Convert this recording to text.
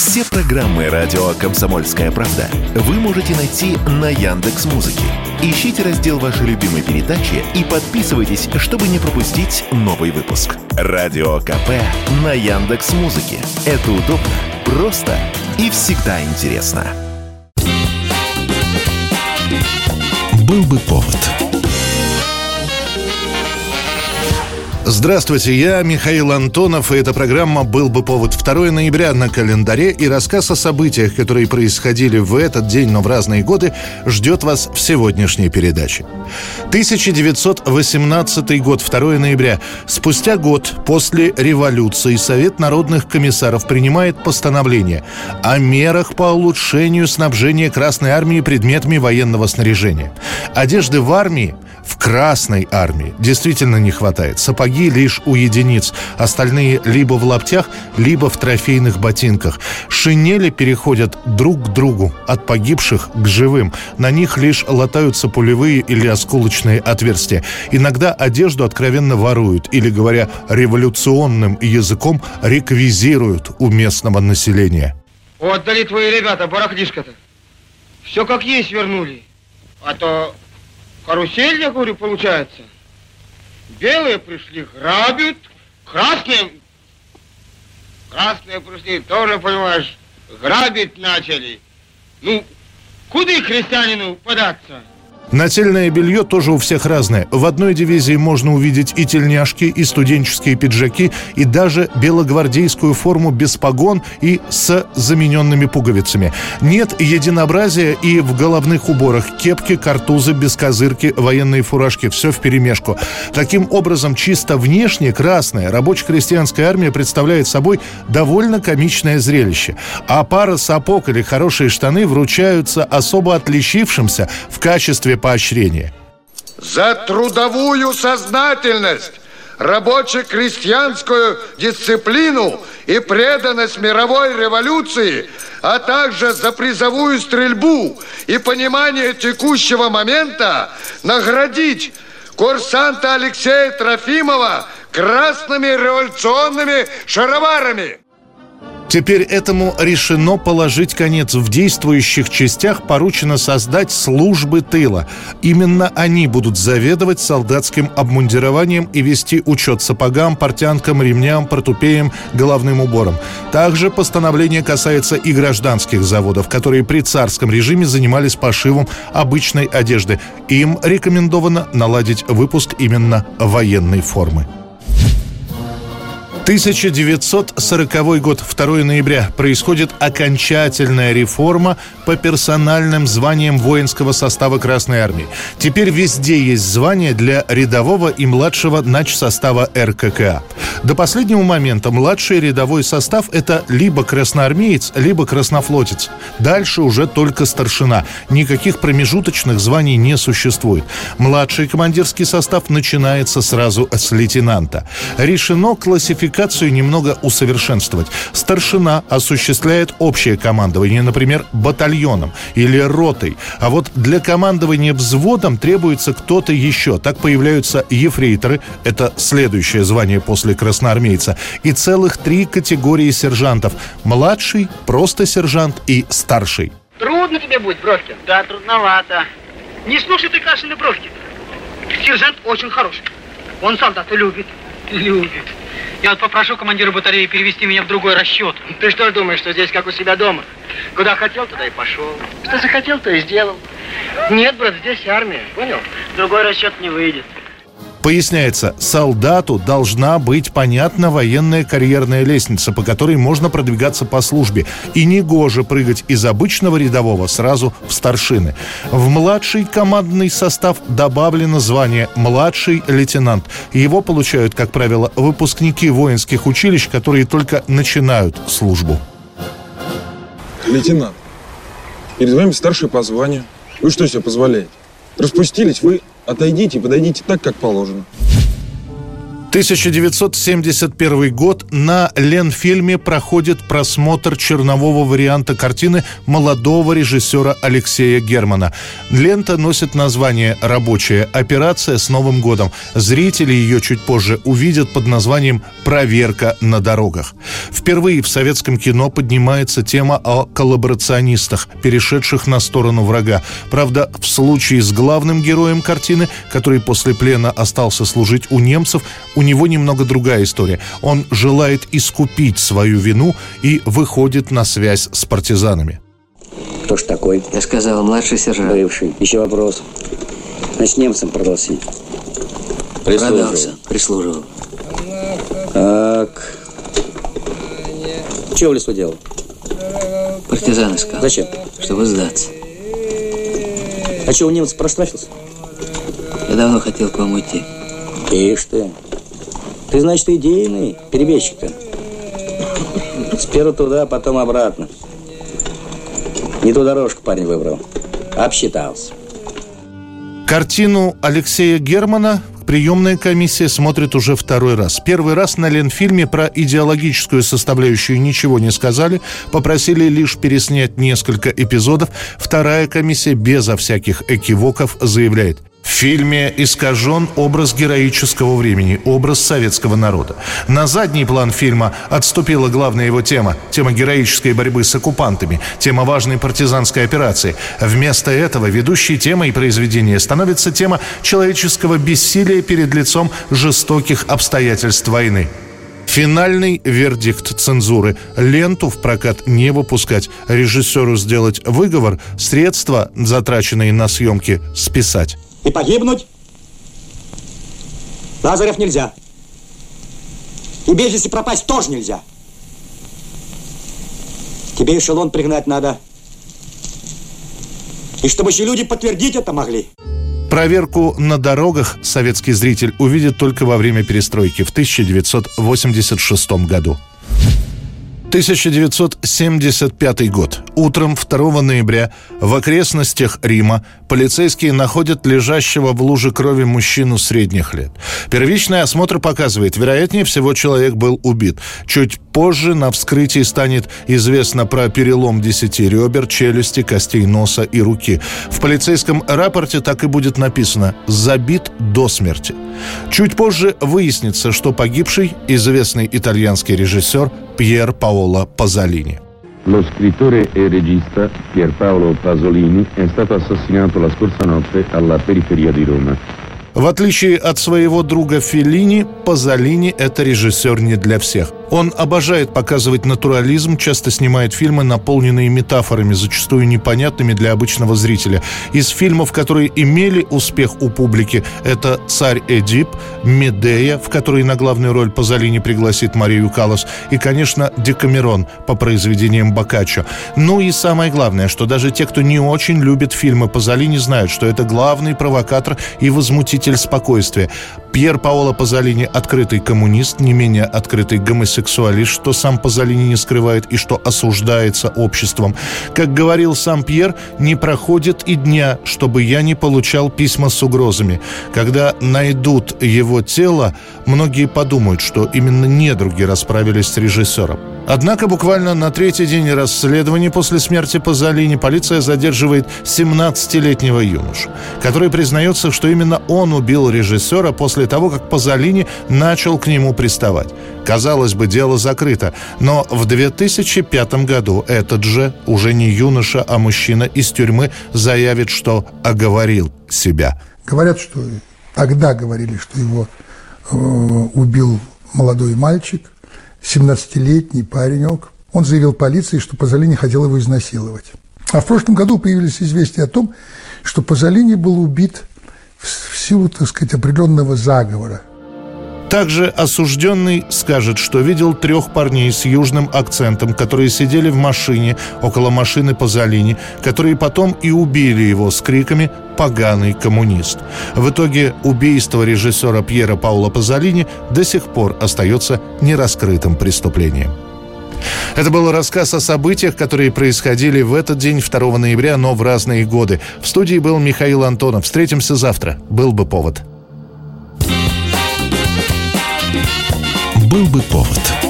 Все программы радио «Комсомольская правда» вы можете найти на Яндекс.Музыке. Ищите раздел вашей любимой передачи и подписывайтесь, чтобы не пропустить новый выпуск. Радио КП на Яндекс.Музыке. Это удобно, просто и всегда интересно. Был бы повод. Здравствуйте, я Михаил Антонов, и эта программа «Был бы повод». 2 ноября на календаре, и рассказ о событиях, которые происходили в этот день, но в разные годы, ждет вас в сегодняшней передаче. 1918 год, 2 ноября. Спустя год после революции Совет народных комиссаров принимает постановление о мерах по улучшению снабжения Красной армии предметами военного снаряжения. Одежды в армии, в Красной армии, действительно не хватает. Сапоги лишь у единиц. Остальные либо в лаптях, либо в трофейных ботинках. Шинели переходят друг к другу, от погибших к живым. На них лишь латаются пулевые или осколочные отверстия. Иногда одежду откровенно воруют или, говоря революционным языком, реквизируют у местного населения. Отдали твои ребята барахлишко-то. Все как есть вернули. А то карусель, я говорю, получается. Белые пришли, грабят, красные пришли, тоже, понимаешь, грабить начали. Ну, куда крестьянину податься? Нательное белье тоже у всех разное. В одной дивизии можно увидеть и тельняшки, и студенческие пиджаки, и даже белогвардейскую форму без погон и с замененными пуговицами. Нет единообразия и в головных уборах. Кепки, картузы, бескозырки, военные фуражки – все вперемешку. Таким образом, чисто внешне красная рабоче-крестьянская армия представляет собой довольно комичное зрелище. А пара сапог или хорошие штаны вручаются особо отличившимся в качестве поощрения. За трудовую сознательность, рабоче-крестьянскую дисциплину и преданность мировой революции, а также за призовую стрельбу и понимание текущего момента наградить курсанта Алексея Трофимова красными революционными шароварами. Теперь этому решено положить конец. В действующих частях поручено создать службы тыла. Именно они будут заведовать солдатским обмундированием и вести учет сапогам, портянкам, ремням, портупеям, головным уборам. Также постановление касается и гражданских заводов, которые при царском режиме занимались пошивом обычной одежды. Им рекомендовано наладить выпуск именно военной формы. 1940 год, 2 ноября. Происходит окончательная реформа по персональным званиям воинского состава Красной армии. Теперь везде есть звания для рядового и младшего начсостава РККА. До последнего момента младший рядовой состав – это либо красноармеец, либо краснофлотец. Дальше уже только старшина. Никаких промежуточных званий не существует. Младший командирский состав начинается сразу с лейтенанта. Решено классификацию немного усовершенствовать. Старшина осуществляет общее командование, например, батальоном или ротой. А вот для командования взводом требуется кто-то еще. Так появляются ефрейторы, это следующее звание после красноармейца, и целых 3 категории сержантов. Младший, просто сержант и старший. Трудно тебе будет, Бровкин? Да, трудновато. Не слушай ты Кашина, Бровкин. Сержант очень хороший. Он солдата любит. Любит. Я вот попрошу командира батареи перевести меня в другой расчет. Ты что думаешь, что здесь как у себя дома? Куда хотел, туда и пошел. Что захотел, то и сделал. Нет, брат, здесь армия, понял? Другой расчет не выйдет. Поясняется, солдату должна быть понятна военная карьерная лестница, по которой можно продвигаться по службе. И негоже прыгать из обычного рядового сразу в старшины. В младший командный состав добавлено звание «младший лейтенант». Его получают, как правило, выпускники воинских училищ, которые только начинают службу. Лейтенант, перед вами старший по званию. Вы что себе позволяете? Распустились, вы отойдите и подойдите так, как положено. 1971 год. На Ленфильме проходит просмотр чернового варианта картины молодого режиссера Алексея Германа. Лента носит название «Рабочая операция с Новым годом». Зрители ее чуть позже увидят под названием «Проверка на дорогах». Впервые в советском кино поднимается тема о коллаборационистах, перешедших на сторону врага. Правда, в случае с главным героем картины, который после плена остался служить у немцев, у него немного другая история. Он желает искупить свою вину и выходит на связь с партизанами. Кто ж такой? Я сказал, младший сержант. Бывший. Еще вопрос. Значит, немцам продался? Продался. Прислуживал. Так. Чего в лесу делал? Партизан искал. Зачем? Чтобы сдаться. А чего, немец проштрафился? Я давно хотел к вам уйти. Ишь ты. Ты, значит, идейный перебежчик-то. Сперва туда, потом обратно. Не ту дорожку парень выбрал. Обсчитался. Картину Алексея Германа приемная комиссия смотрит уже второй раз. Первый раз на Ленфильме про идеологическую составляющую ничего не сказали, попросили лишь переснять несколько эпизодов. Вторая комиссия безо всяких экивоков заявляет: в фильме искажен образ героического времени, образ советского народа. На задний план фильма отступила главная его тема – тема героической борьбы с оккупантами, тема важной партизанской операции. Вместо этого ведущей темой произведения становится тема человеческого бессилия перед лицом жестоких обстоятельств войны. Финальный вердикт цензуры – ленту в прокат не выпускать, режиссеру сделать выговор, средства, затраченные на съемки, списать. И погибнуть Лазарев нельзя. И без вести пропасть тоже нельзя. Тебе эшелон пригнать надо. И чтобы еще люди подтвердить это могли. Проверку на дорогах советский зритель увидит только во время перестройки в 1986 году. 1975 год. Утром 2 ноября в окрестностях Рима полицейские находят лежащего в луже крови мужчину средних лет. Первичный осмотр показывает, вероятнее всего, человек был убит. Чуть позже на вскрытии станет известно про перелом 10 ребер, челюсти, костей носа и руки. В полицейском рапорте так и будет написано «забит до смерти». Чуть позже выяснится, что погибший – известный итальянский режиссер Пьер Паоло Пазолини. Lo scrittore e regista Pier Paolo Pasolini è stato assassinato la scorsa notte alla periferia di Roma. В отличие от своего друга Феллини, Пазолини – это режиссер не для всех. Он обожает показывать натурализм, часто снимает фильмы, наполненные метафорами, зачастую непонятными для обычного зрителя. Из фильмов, которые имели успех у публики, это «Царь Эдип», «Медея», в которой на главную роль Пазолини пригласит Марию Каллас, и, конечно, «Декамерон» по произведениям Боккаччо. Ну и самое главное, что даже те, кто не очень любит фильмы Пазолини, знают, что это главный провокатор и возмутитель спокойствия. Пьер Паоло Пазолини – открытый коммунист, не менее открытый гомосексуалист, что сам Пазолини не скрывает и что осуждается обществом. Как говорил сам Пьер, не проходит и дня, чтобы я не получал письма с угрозами. Когда найдут его тело, многие подумают, что именно недруги расправились с режиссером. Однако буквально на третий день расследования после смерти Пазолини полиция задерживает 17-летнего юношу, который признается, что именно он убил режиссера после того, как Пазолини начал к нему приставать. Казалось бы, дело закрыто, но в 2005 году этот же, уже не юноша, а мужчина из тюрьмы заявит, что оговорил себя. Говорят, что тогда говорили, что его убил молодой мальчик, 17-летний паренек. Он заявил полиции, что Пазолини хотел его изнасиловать. А в прошлом году появились известия о том, что Пазолини был убит в силу, так сказать, определенного заговора. Также осужденный скажет, что видел 3 парней с южным акцентом, которые сидели в машине около машины Пазолини, которые потом и убили его с криками «поганый коммунист». В итоге убийство режиссера Пьера Паоло Пазолини до сих пор остается нераскрытым преступлением. Это был рассказ о событиях, которые происходили в этот день, 2 ноября, но в разные годы. В студии был Михаил Антонов. Встретимся завтра. Был бы повод. Был бы повод.